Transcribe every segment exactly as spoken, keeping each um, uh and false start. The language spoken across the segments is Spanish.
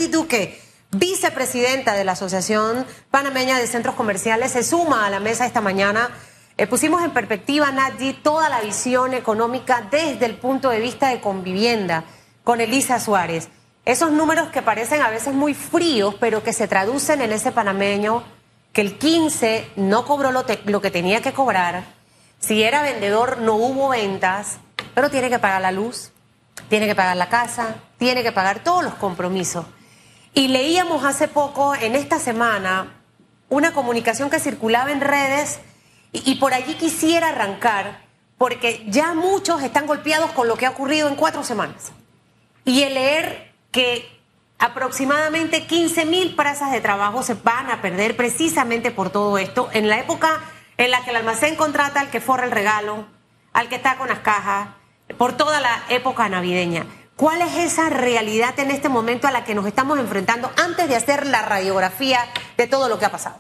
Nadji Duque, vicepresidenta de la Asociación Panameña de Centros Comerciales, se suma a la mesa esta mañana. Eh, pusimos en perspectiva, Nadji, toda la visión económica desde el punto de vista de Convivienda con Elisa Suárez. Esos números que parecen a veces muy fríos, pero que se traducen en ese panameño que el quince no cobró lo, te, lo que tenía que cobrar. Si era vendedor, no hubo ventas, pero tiene que pagar la luz, tiene que pagar la casa, tiene que pagar todos los compromisos. Y leíamos hace poco, en esta semana, una comunicación que circulaba en redes y, y por allí quisiera arrancar, porque ya muchos están golpeados con lo que ha ocurrido en cuatro semanas. Y el leer que aproximadamente quince mil plazas de trabajo se van a perder precisamente por todo esto, en la época en la que el almacén contrata al que forra el regalo, al que está con las cajas, por toda la época navideña. ¿Cuál es esa realidad en este momento a la que nos estamos enfrentando antes de hacer la radiografía de todo lo que ha pasado?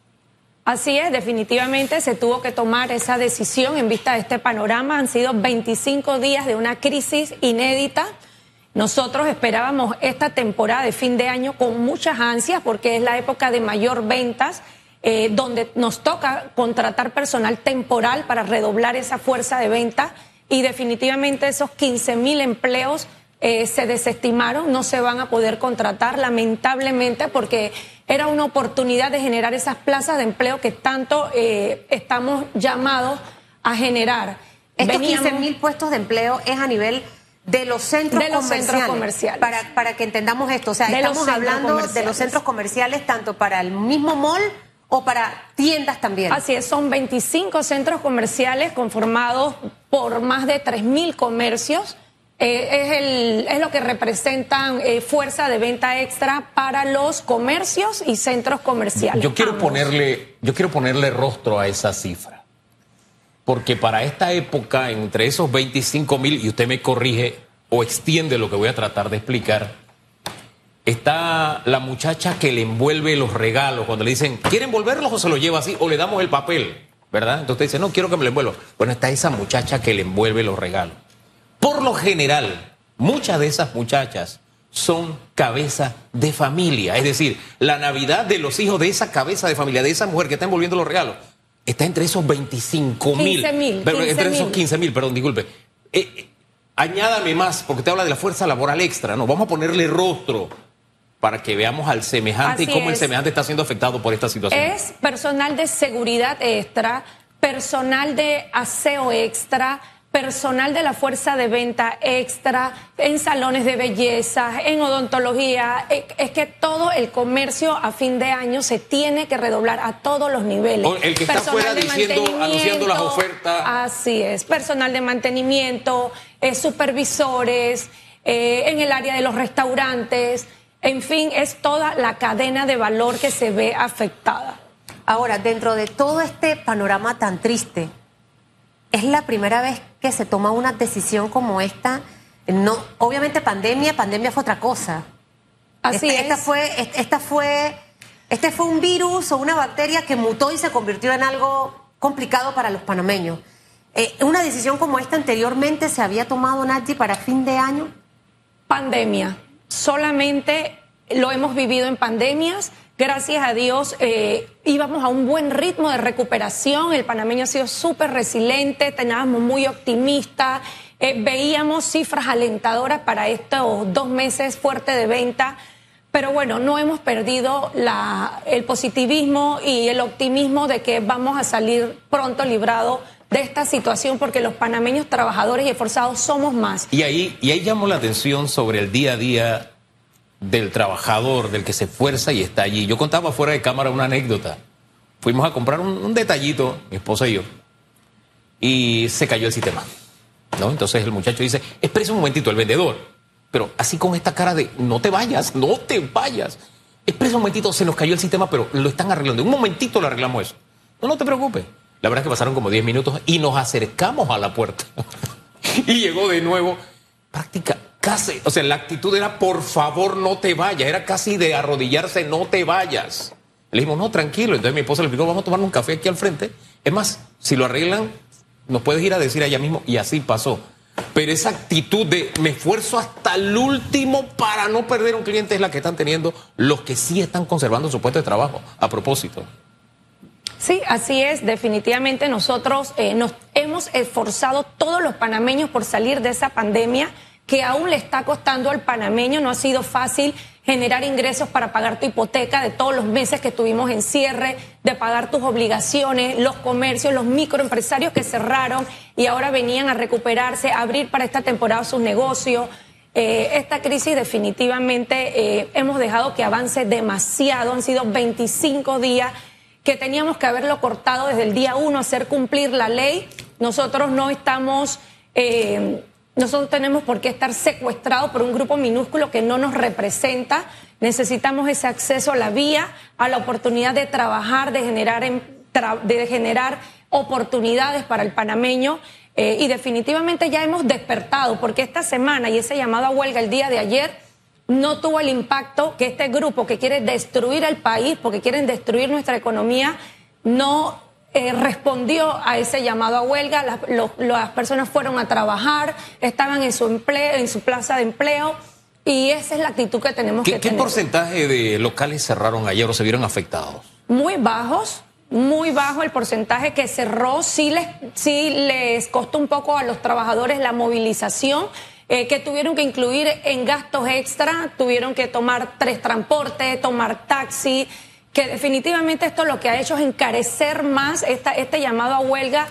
Así es, definitivamente se tuvo que tomar esa decisión en vista de este panorama. Han sido veinticinco días de una crisis inédita. Nosotros esperábamos esta temporada de fin de año con muchas ansias porque es la época de mayor ventas, eh, donde nos toca contratar personal temporal para redoblar esa fuerza de venta y definitivamente esos quince mil empleos eh, se desestimaron, no se van a poder contratar lamentablemente porque era una oportunidad de generar esas plazas de empleo que tanto eh, estamos llamados a generar. Estos quince mil puestos de empleo es a nivel de los centros, de los comerciales, centros comerciales. Para, para que entendamos esto, o sea, de estamos hablando de los centros comerciales tanto para el mismo mall o para tiendas también. Así es, son veinticinco centros comerciales conformados por más de tres mil comercios. Eh, es, el, es lo que representan eh, fuerza de venta extra para los comercios y centros comerciales. Yo quiero ambos. ponerle, yo quiero ponerle rostro a esa cifra. Porque para esta época, entre esos veinticinco mil, y usted me corrige o extiende lo que voy a tratar de explicar, está la muchacha que le envuelve los regalos. Cuando le dicen, ¿quiere envolverlos o se los lleva así? O le damos el papel, ¿verdad? Entonces usted dice, no, quiero que me lo envuelva. Bueno, está esa muchacha que le envuelve los regalos. Por lo general, muchas de esas muchachas son cabeza de familia. Es decir, la Navidad de los hijos de esa cabeza de familia, de esa mujer que está envolviendo los regalos, está entre esos veinticinco mil. quince mil. Entre esos quince mil, perdón, disculpe. Eh, eh, añádame más, porque usted habla de la fuerza laboral extra, ¿no? Vamos a ponerle rostro para que veamos al semejante Así y cómo es. el semejante está siendo afectado por esta situación. Es personal de seguridad extra, personal de aseo extra, personal de la fuerza de venta extra, en salones de belleza, en odontología. Es que todo el comercio a fin de año se tiene que redoblar a todos los niveles. O el que está Personal afuera de diciendo, anunciando las mantenimiento, ofertas. Así es, personal de mantenimiento, eh, supervisores, eh, en el área de los restaurantes, en fin, es toda la cadena de valor que se ve afectada. Ahora, dentro de todo este panorama tan triste, es la primera vez que se toma una decisión como esta. No, obviamente pandemia, pandemia fue otra cosa. Así esta, es. Esta fue, esta fue, este fue un virus o una bacteria que mutó y se convirtió en algo complicado para los panameños. Eh, ¿Una decisión como esta anteriormente se había tomado, Nadji, para fin de año? Pandemia. Solamente lo hemos vivido en pandemias. Gracias a Dios eh, íbamos a un buen ritmo de recuperación, el panameño ha sido súper resiliente, teníamos muy optimistas, eh, veíamos cifras alentadoras para estos dos meses fuertes de venta, pero bueno, no hemos perdido la, el positivismo y el optimismo de que vamos a salir pronto librados de esta situación porque los panameños trabajadores y esforzados somos más. Y ahí, y ahí llamó la atención sobre el día a día del trabajador, del que se esfuerza y está allí. Yo contaba fuera de cámara una anécdota. Fuimos a comprar un, un detallito, mi esposa y yo, y se cayó el sistema, ¿no? Entonces el muchacho dice, espérese un momentito, el vendedor, pero así con esta cara de, no te vayas, no te vayas. Espérese un momentito, se nos cayó el sistema, pero lo están arreglando. En un momentito lo arreglamos eso. No, no te preocupes. La verdad es que pasaron como diez minutos y nos acercamos a la puerta. Y llegó de nuevo, práctica, casi, o sea, la actitud era, por favor, no te vayas. Era casi de arrodillarse, no te vayas. Le dijimos, no, tranquilo. Entonces mi esposa le explicó, vamos a tomar un café aquí al frente. Es más, si lo arreglan, nos puedes ir a decir allá mismo. Y así pasó. Pero esa actitud de me esfuerzo hasta el último para no perder un cliente es la que están teniendo los que sí están conservando su puesto de trabajo. A propósito. Sí, así es. Definitivamente nosotros eh, nos hemos esforzado todos los panameños por salir de esa pandemia que aún le está costando al panameño. No ha sido fácil generar ingresos para pagar tu hipoteca de todos los meses que estuvimos en cierre, de pagar tus obligaciones, los comercios, los microempresarios que cerraron y ahora venían a recuperarse, a abrir para esta temporada sus negocios. Eh, esta crisis definitivamente eh, hemos dejado que avance demasiado. Han sido veinticinco días que teníamos que haberlo cortado desde el día uno, hacer cumplir la ley. Nosotros no estamos... Eh, Nosotros tenemos por qué estar secuestrados por un grupo minúsculo que no nos representa. Necesitamos ese acceso a la vía, a la oportunidad de trabajar, de generar, de generar oportunidades para el panameño. Eh, y definitivamente ya hemos despertado, porque esta semana y ese llamado a huelga el día de ayer no tuvo el impacto que este grupo que quiere destruir el país, porque quieren destruir nuestra economía, no... Eh, respondió a ese llamado a huelga. Las, lo, las personas fueron a trabajar, estaban en su empleo, en su plaza de empleo, y esa es la actitud que tenemos ¿Qué, que ¿Qué tener. porcentaje de locales cerraron ayer o se vieron afectados? Muy bajos, muy bajo el porcentaje que cerró. Sí les, sí les costó un poco a los trabajadores la movilización, eh, que tuvieron que incluir en gastos extra, tuvieron que tomar tres transportes, tomar taxi, que definitivamente esto lo que ha hecho es encarecer más esta, este llamado a huelga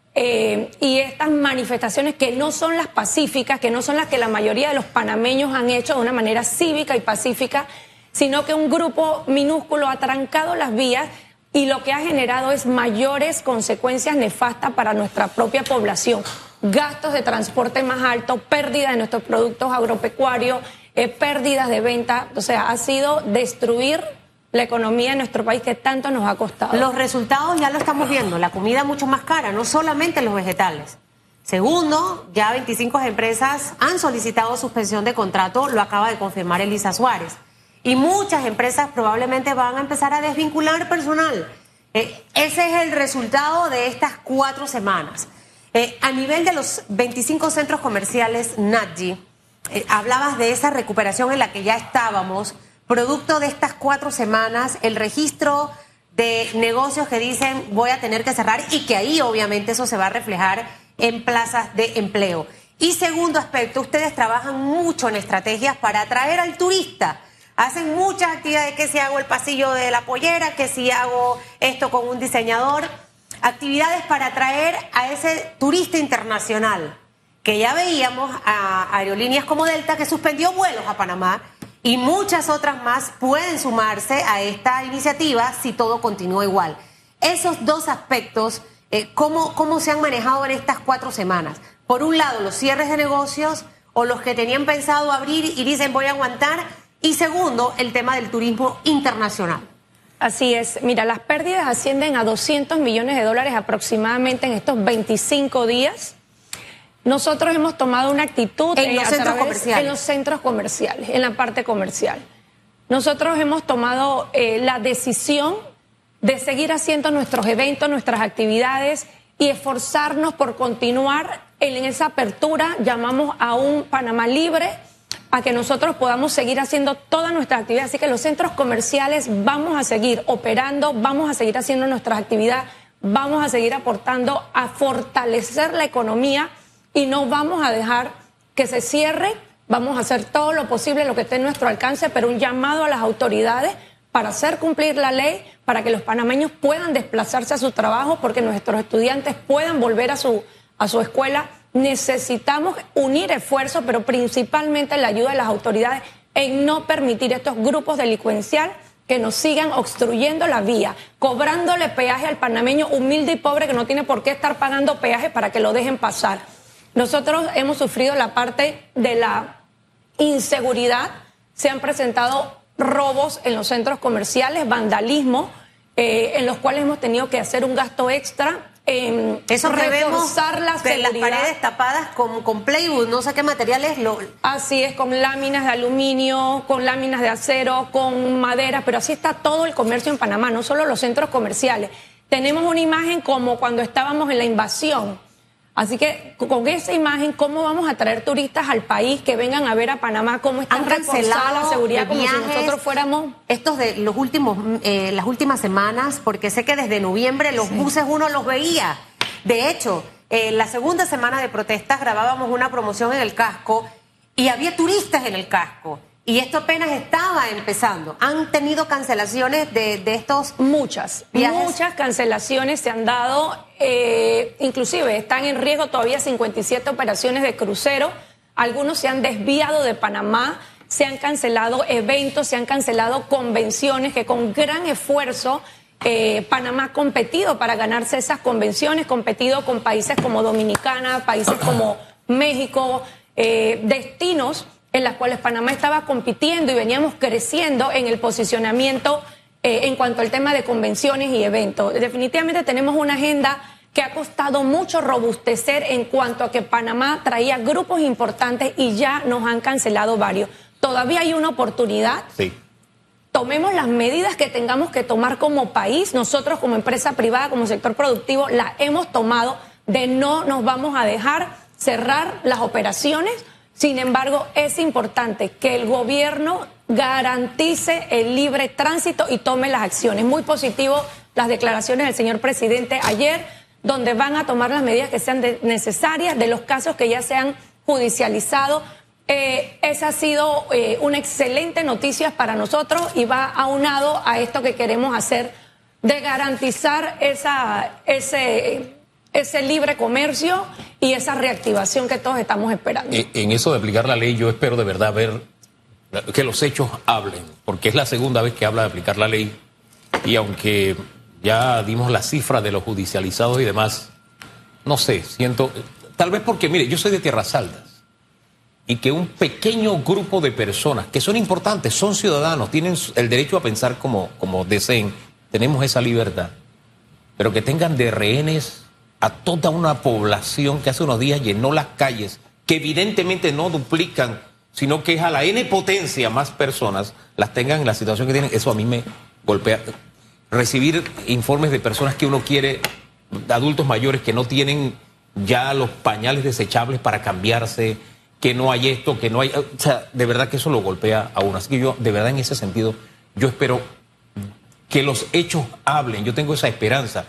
eh, y estas manifestaciones que no son las pacíficas, que no son las que la mayoría de los panameños han hecho de una manera cívica y pacífica, sino que un grupo minúsculo ha trancado las vías y lo que ha generado es mayores consecuencias nefastas para nuestra propia población. Gastos de transporte más altos, pérdida de nuestros productos agropecuarios, eh, pérdidas de venta, o sea, ha sido destruir la economía de nuestro país que tanto nos ha costado. Los resultados ya lo estamos viendo, la comida mucho más cara, no solamente los vegetales. Segundo, ya veinticinco empresas han solicitado suspensión de contrato, lo acaba de confirmar Elisa Suárez. Y muchas empresas probablemente van a empezar a desvincular personal. Eh, ese es el resultado de estas cuatro semanas. Eh, a nivel de los veinticinco centros comerciales, Nadji, eh, hablabas de esa recuperación en la que ya estábamos. Producto de estas cuatro semanas, el registro de negocios que dicen voy a tener que cerrar y que ahí obviamente eso se va a reflejar en plazas de empleo. Y segundo aspecto, ustedes trabajan mucho en estrategias para atraer al turista. Hacen muchas actividades, que si hago el pasillo de la pollera, que si hago esto con un diseñador. Actividades para atraer a ese turista internacional, que ya veíamos a aerolíneas como Delta que suspendió vuelos a Panamá. Y muchas otras más pueden sumarse a esta iniciativa si todo continúa igual. Esos dos aspectos, eh, ¿cómo, ¿cómo se han manejado en estas cuatro semanas? Por un lado, los cierres de negocios o los que tenían pensado abrir y dicen voy a aguantar. Y segundo, el tema del turismo internacional. Así es. Mira, las pérdidas ascienden a doscientos millones de dólares aproximadamente en estos veinticinco días. Nosotros hemos tomado una actitud en, eh, los, a centros través, comerciales. en los centros comerciales, en la parte comercial. Nosotros hemos tomado eh, la decisión de seguir haciendo nuestros eventos, nuestras actividades y esforzarnos por continuar en esa apertura. Llamamos a un Panamá libre, a que nosotros podamos seguir haciendo todas nuestras actividades. Así que los centros comerciales vamos a seguir operando, vamos a seguir haciendo nuestras actividades, vamos a seguir aportando a fortalecer la economía. Y no vamos a dejar que se cierre, vamos a hacer todo lo posible, lo que esté en nuestro alcance, pero un llamado a las autoridades para hacer cumplir la ley, para que los panameños puedan desplazarse a su trabajo, porque nuestros estudiantes puedan volver a su, a su escuela. Necesitamos unir esfuerzos, pero principalmente la ayuda de las autoridades en no permitir estos grupos delincuenciales que nos sigan obstruyendo la vía, cobrándole peaje al panameño humilde y pobre que no tiene por qué estar pagando peaje para que lo dejen pasar. Nosotros hemos sufrido la parte de la inseguridad, se han presentado robos en los centros comerciales, vandalismo, eh, en los cuales hemos tenido que hacer un gasto extra en Eso reforzar la que seguridad. Las paredes tapadas con, con plywood, no sé qué materiales. Lo... Así es, con láminas de aluminio, con láminas de acero, con madera, pero así está todo el comercio en Panamá, no solo los centros comerciales. Tenemos una imagen como cuando estábamos en la invasión. Así que con esa imagen, ¿cómo vamos a traer turistas al país que vengan a ver a Panamá? ¿Cómo están Han cancelado la seguridad como viajes, si nosotros fuéramos? Estos de los últimos, eh, las últimas semanas, porque sé que desde noviembre los sí. buses uno los veía. De hecho, en eh, la segunda semana de protestas grabábamos una promoción en el casco y había turistas en el casco. Y esto apenas estaba empezando. ¿Han tenido cancelaciones de, de estos Muchas, viajes? Muchas cancelaciones se han dado. Eh, inclusive están en riesgo todavía cincuenta y siete operaciones de crucero. Algunos se han desviado de Panamá, se han cancelado eventos, se han cancelado convenciones que con gran esfuerzo eh, Panamá ha competido para ganarse esas convenciones, competido con países como Dominicana, países como México, eh, destinos en las cuales Panamá estaba compitiendo y veníamos creciendo en el posicionamiento eh, en cuanto al tema de convenciones y eventos. Definitivamente tenemos una agenda que ha costado mucho robustecer en cuanto a que Panamá traía grupos importantes y ya nos han cancelado varios. Todavía hay una oportunidad. Sí. Tomemos las medidas que tengamos que tomar como país. Nosotros como empresa privada, como sector productivo, las hemos tomado de no nos vamos a dejar cerrar las operaciones. Sin embargo, es importante que el gobierno garantice el libre tránsito y tome las acciones. Muy positivo las declaraciones del señor presidente ayer, donde van a tomar las medidas que sean de, necesarias de los casos que ya se han judicializado. Eh, esa ha sido eh, una excelente noticia para nosotros y va aunado a esto que queremos hacer de garantizar esa, ese... ese libre comercio y esa reactivación que todos estamos esperando. En eso de aplicar la ley, yo espero de verdad ver que los hechos hablen, porque es la segunda vez que habla de aplicar la ley, y aunque ya dimos la cifra de los judicializados y demás, no sé, siento, tal vez porque, mire, yo soy de Tierras Altas, y que un pequeño grupo de personas, que son importantes, son ciudadanos, tienen el derecho a pensar como, como deseen, tenemos esa libertad, pero que tengan de rehenes a toda una población que hace unos días llenó las calles, que evidentemente no duplican, sino que es a la N potencia más personas, las tengan en la situación que tienen, eso a mí me golpea. Recibir informes de personas que uno quiere, adultos mayores que no tienen ya los pañales desechables para cambiarse, que no hay esto, que no hay... O sea, de verdad que eso lo golpea a uno. Así que yo, de verdad, en ese sentido, yo espero que los hechos hablen, yo tengo esa esperanza.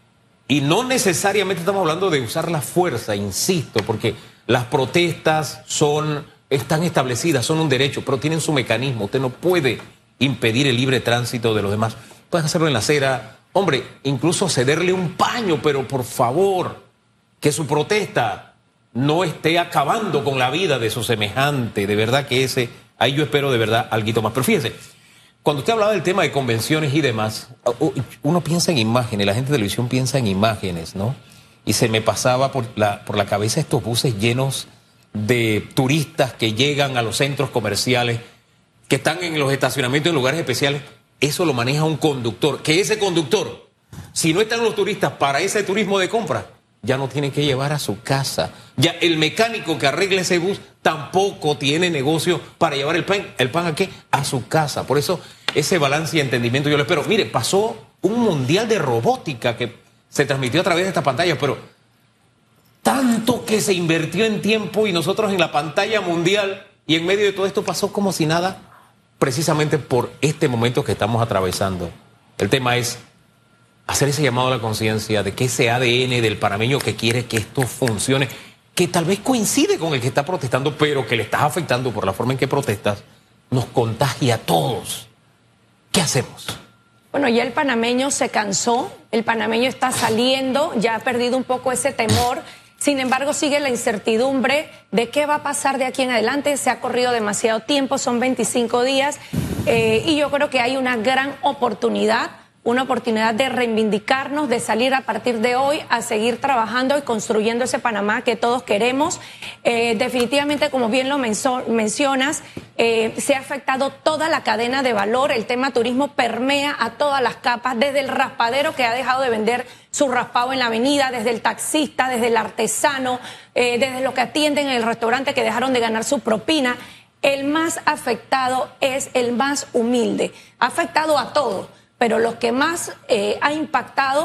Y no necesariamente estamos hablando de usar la fuerza, insisto, porque las protestas son, están establecidas, son un derecho, pero tienen su mecanismo. Usted no puede impedir el libre tránsito de los demás. Pueden hacerlo en la acera, hombre, incluso cederle un paño, pero por favor, que su protesta no esté acabando con la vida de su semejante. De verdad que ese, ahí yo espero de verdad algo más. Pero fíjese, cuando usted hablaba del tema de convenciones y demás, uno piensa en imágenes, la gente de televisión piensa en imágenes, ¿no? Y se me pasaba por la, por la cabeza estos buses llenos de turistas que llegan a los centros comerciales, que están en los estacionamientos en lugares especiales. Eso lo maneja un conductor, que ese conductor, si no están los turistas para ese turismo de compra, ya no tiene que llevar a su casa. Ya el mecánico que arregle ese bus tampoco tiene negocio para llevar el pan, ¿el pan a qué? A su casa. Por eso ese balance y entendimiento yo lo espero. Mire, pasó un mundial de robótica que se transmitió a través de esta pantalla, pero tanto que se invirtió en tiempo y nosotros en la pantalla mundial y en medio de todo esto pasó como si nada, precisamente por este momento que estamos atravesando. El tema es hacer ese llamado a la conciencia de que ese A D N del panameño que quiere que esto funcione, que tal vez coincide con el que está protestando, pero que le estás afectando por la forma en que protestas, nos contagia a todos. ¿Qué hacemos? Bueno, ya el panameño se cansó, el panameño está saliendo, ya ha perdido un poco ese temor. Sin embargo, sigue la incertidumbre de qué va a pasar de aquí en adelante. Se ha corrido demasiado tiempo, son veinticinco días, eh, y yo creo que hay una gran oportunidad, una oportunidad de reivindicarnos, de salir a partir de hoy a seguir trabajando y construyendo ese Panamá que todos queremos. Eh, definitivamente, como bien lo menso- mencionas, eh, se ha afectado toda la cadena de valor. El tema turismo permea a todas las capas, desde el raspadero que ha dejado de vender su raspado en la avenida, desde el taxista, desde el artesano, eh, desde los que atienden en el restaurante que dejaron de ganar su propina. El más afectado es el más humilde. Ha afectado a todos, pero los que más eh, ha impactado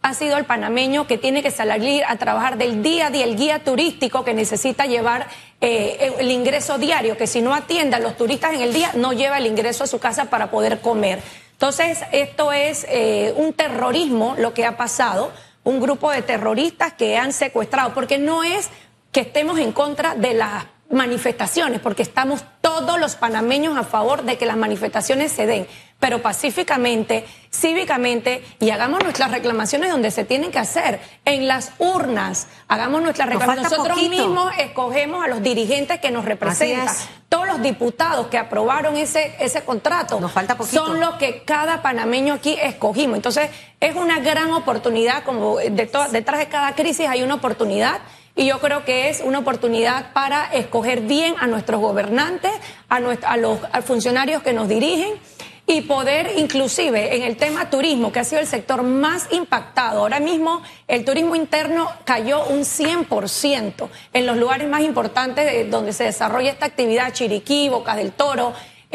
ha sido el panameño que tiene que salir a trabajar del día a día, el guía turístico que necesita llevar eh, el ingreso diario, que si no atiende a los turistas en el día, no lleva el ingreso a su casa para poder comer. Entonces, esto es eh, un terrorismo lo que ha pasado, un grupo de terroristas que han secuestrado, porque no es que estemos en contra de las manifestaciones, porque estamos todos los panameños a favor de que las manifestaciones se den, pero pacíficamente, cívicamente, y hagamos nuestras reclamaciones donde se tienen que hacer, en las urnas, hagamos nuestras reclamaciones. Nosotros poquito. mismos escogemos a los dirigentes que nos representan. Todos los diputados que aprobaron ese, ese contrato nos falta poquito. Son los que cada panameño aquí escogimos. Entonces, es una gran oportunidad, como de to- detrás de cada crisis hay una oportunidad. Y yo creo que es una oportunidad para escoger bien a nuestros gobernantes, a, nuestro, a los a funcionarios que nos dirigen y poder inclusive en el tema turismo, que ha sido el sector más impactado. Ahora mismo el turismo interno cayó un cien por ciento en los lugares más importantes de, donde se desarrolla esta actividad, Chiriquí, Bocas del Toro,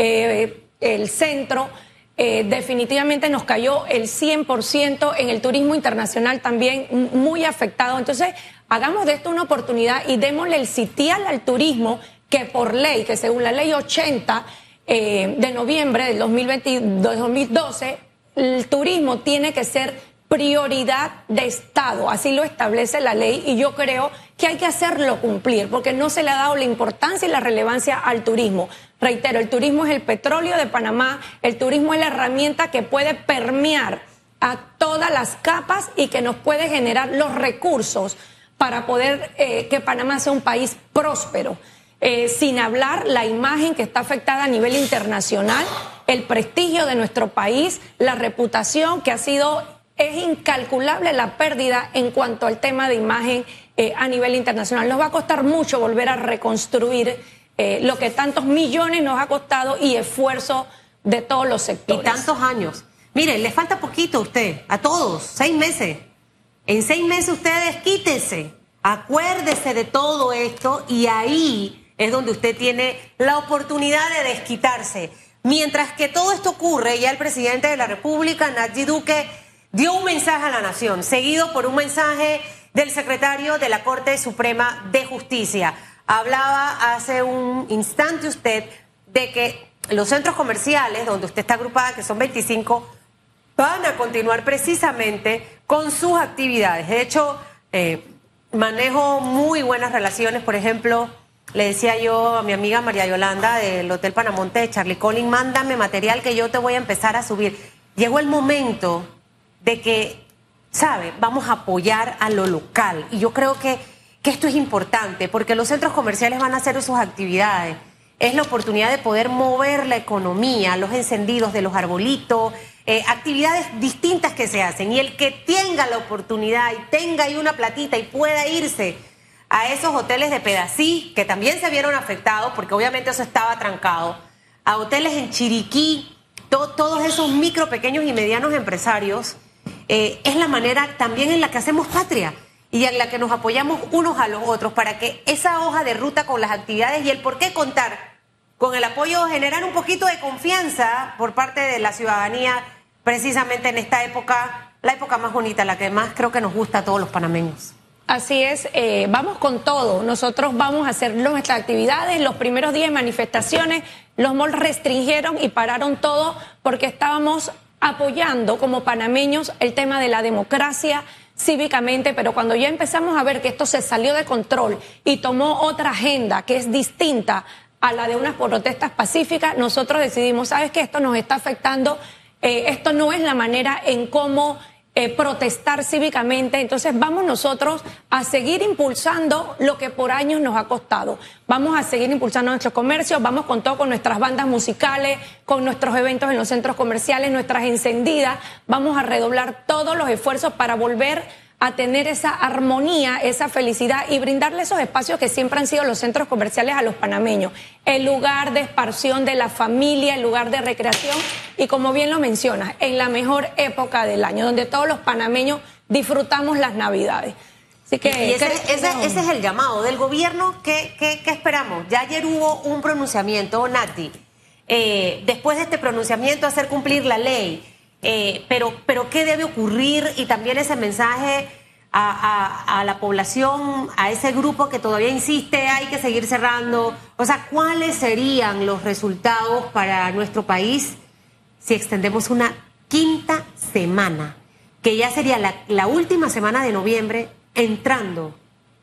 eh, el centro. Eh, definitivamente nos cayó el cien por ciento, en el turismo internacional también muy afectado. Entonces, hagamos de esto una oportunidad y démosle el sitial al turismo, que por ley, que según la ley ochenta eh, de noviembre del dos mil veinte, dos mil doce, el turismo tiene que ser prioridad de Estado, así lo establece la ley, y yo creo que hay que hacerlo cumplir, porque no se le ha dado la importancia y la relevancia al turismo. Reitero, el turismo es el petróleo de Panamá, el turismo es la herramienta que puede permear a todas las capas y que nos puede generar los recursos para poder eh, que Panamá sea un país próspero. Eh, sin hablar la imagen que está afectada a nivel internacional, el prestigio de nuestro país, la reputación que ha sido, es incalculable la pérdida en cuanto al tema de imagen eh, a nivel internacional. Nos va a costar mucho volver a reconstruir eh, lo que tantos millones nos ha costado y esfuerzo de todos los sectores. Y tantos años. Miren, le falta poquito a usted, a todos, seis meses. En seis meses ustedes quítese, acuérdese de todo esto y ahí es donde usted tiene la oportunidad de desquitarse. Mientras que todo esto ocurre, ya el presidente de la República, Nayib Bukele, dio un mensaje a la nación, seguido por un mensaje del secretario de la Corte Suprema de Justicia. Hablaba hace un instante usted de que los centros comerciales, donde usted está agrupada, que son veinticinco, van a continuar precisamente con sus actividades. De hecho, eh, manejo muy buenas relaciones. Por ejemplo, le decía yo a mi amiga María Yolanda del Hotel Panamonte de Charlie Collins, mándame material que yo te voy a empezar a subir. Llegó el momento de que, ¿sabe? Vamos a apoyar a lo local. Y yo creo que, que esto es importante, porque los centros comerciales van a hacer sus actividades. Es la oportunidad de poder mover la economía, los encendidos de los arbolitos, eh, actividades distintas que se hacen. Y el que tenga la oportunidad y tenga ahí una platita y pueda irse a esos hoteles de Pedací, que también se vieron afectados, porque obviamente eso estaba trancado, a hoteles en Chiriquí, to, todos esos micro, pequeños y medianos empresarios, eh, es la manera también en la que hacemos patria y en la que nos apoyamos unos a los otros para que esa hoja de ruta con las actividades y el por qué contar con el apoyo, generar un poquito de confianza por parte de la ciudadanía, precisamente en esta época, la época más bonita, la que más creo que nos gusta a todos los panameños. Así es, eh, vamos con todo. Nosotros vamos a hacer nuestras actividades. Los primeros días de manifestaciones, los malls restringieron y pararon todo porque estábamos apoyando como panameños el tema de la democracia cívicamente, pero cuando ya empezamos a ver que esto se salió de control y tomó otra agenda que es distinta a la de unas protestas pacíficas, nosotros decidimos, ¿sabes qué? Esto nos está afectando, eh, esto no es la manera en cómo eh, protestar cívicamente, entonces vamos nosotros a seguir impulsando lo que por años nos ha costado, vamos a seguir impulsando nuestros comercios, vamos con todo, con nuestras bandas musicales, con nuestros eventos en los centros comerciales, nuestras encendidas, vamos a redoblar todos los esfuerzos para volver a tener esa armonía, esa felicidad y brindarle esos espacios que siempre han sido los centros comerciales a los panameños. El lugar de esparción de la familia, el lugar de recreación y, como bien lo mencionas, en la mejor época del año, donde todos los panameños disfrutamos las Navidades. Así que, y ese, ese, ese es el llamado del gobierno. ¿Qué, qué, qué esperamos? Ya ayer hubo un pronunciamiento, Nati. Eh, después de este pronunciamiento, hacer cumplir la ley. eh, pero, pero ¿qué debe ocurrir? Y también ese mensaje a, a, a la población, a ese grupo que todavía insiste, hay que seguir cerrando. O sea, ¿cuáles serían los resultados para nuestro país si extendemos una quinta semana, que ya sería la, la última semana de noviembre, entrando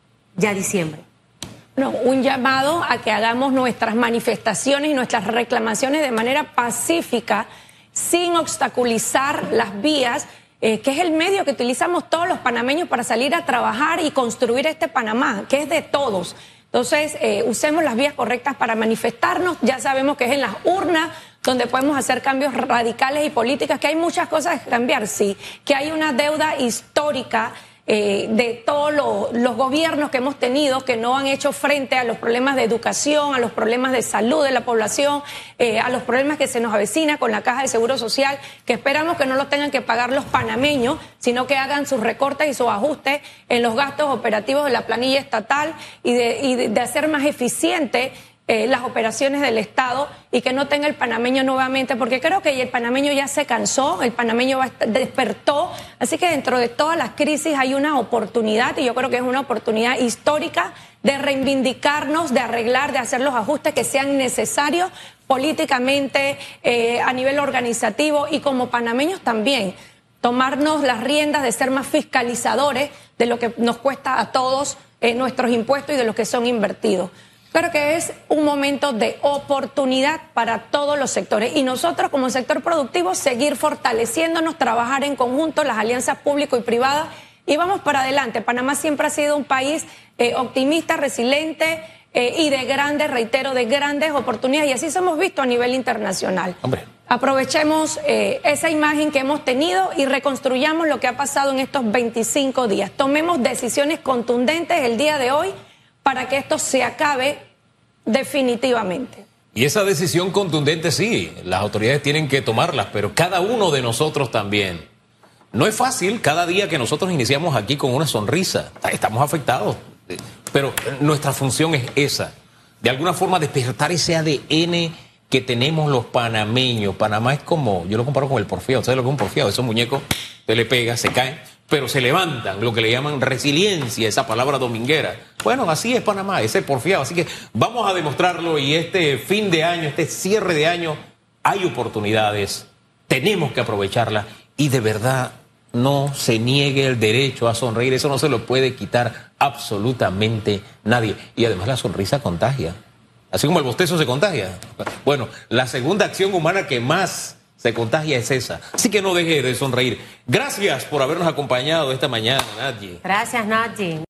ya diciembre? No, un llamado a que hagamos nuestras manifestaciones y nuestras reclamaciones de manera pacífica, sin obstaculizar las vías, eh, que es el medio que utilizamos todos los panameños para salir a trabajar y construir este Panamá, que es de todos. Entonces, eh, usemos las vías correctas para manifestarnos. Ya sabemos que es en las urnas donde podemos hacer cambios radicales y políticas, que hay muchas cosas que cambiar, sí, que hay una deuda histórica eh, de todos lo, los gobiernos que hemos tenido que no han hecho frente a los problemas de educación, a los problemas de salud de la población, eh, a los problemas que se nos avecina con la Caja de Seguro Social, que esperamos que no los tengan que pagar los panameños, sino que hagan sus recortes y sus ajustes en los gastos operativos de la planilla estatal y de, y de, de hacer más eficiente Eh, las operaciones del Estado y que no tenga el panameño nuevamente, porque creo que el panameño ya se cansó, el panameño va, despertó, así que dentro de todas las crisis hay una oportunidad, y yo creo que es una oportunidad histórica de reivindicarnos, de arreglar, de hacer los ajustes que sean necesarios políticamente, eh, a nivel organizativo, y como panameños también, tomarnos las riendas de ser más fiscalizadores de lo que nos cuesta a todos eh, nuestros impuestos y de los que son invertidos. Creo que es un momento de oportunidad para todos los sectores, y nosotros como sector productivo seguir fortaleciéndonos, trabajar en conjunto las alianzas público y privadas, y vamos para adelante. Panamá siempre ha sido un país eh, optimista, resiliente eh, y de grandes, reitero, de grandes oportunidades, y así somos vistos a nivel internacional. Hombre. Aprovechemos eh, esa imagen que hemos tenido y reconstruyamos lo que ha pasado en estos veinticinco días. Tomemos decisiones contundentes el día de hoy para que esto se acabe definitivamente. Y esa decisión contundente sí, las autoridades tienen que tomarlas, pero cada uno de nosotros también. No es fácil cada día que nosotros iniciamos aquí con una sonrisa. Estamos afectados, pero nuestra función es esa. De alguna forma despertar ese A D N que tenemos los panameños. Panamá es como, yo lo comparo con el porfiado. ¿Sabes lo que es un porfiado? Esos muñecos, usted le pega, se caen, pero se levantan, lo que le llaman resiliencia, esa palabra dominguera. Bueno, así es Panamá, ese porfiado. Así que vamos a demostrarlo, y este fin de año, este cierre de año, hay oportunidades, tenemos que aprovecharlas, y de verdad no se niegue el derecho a sonreír, eso no se lo puede quitar absolutamente nadie. Y además la sonrisa contagia, así como el bostezo se contagia. Bueno, la segunda acción humana que más se contagia es esa. Así que no deje de sonreír. Gracias por habernos acompañado esta mañana, Nadji. Gracias, Nadji.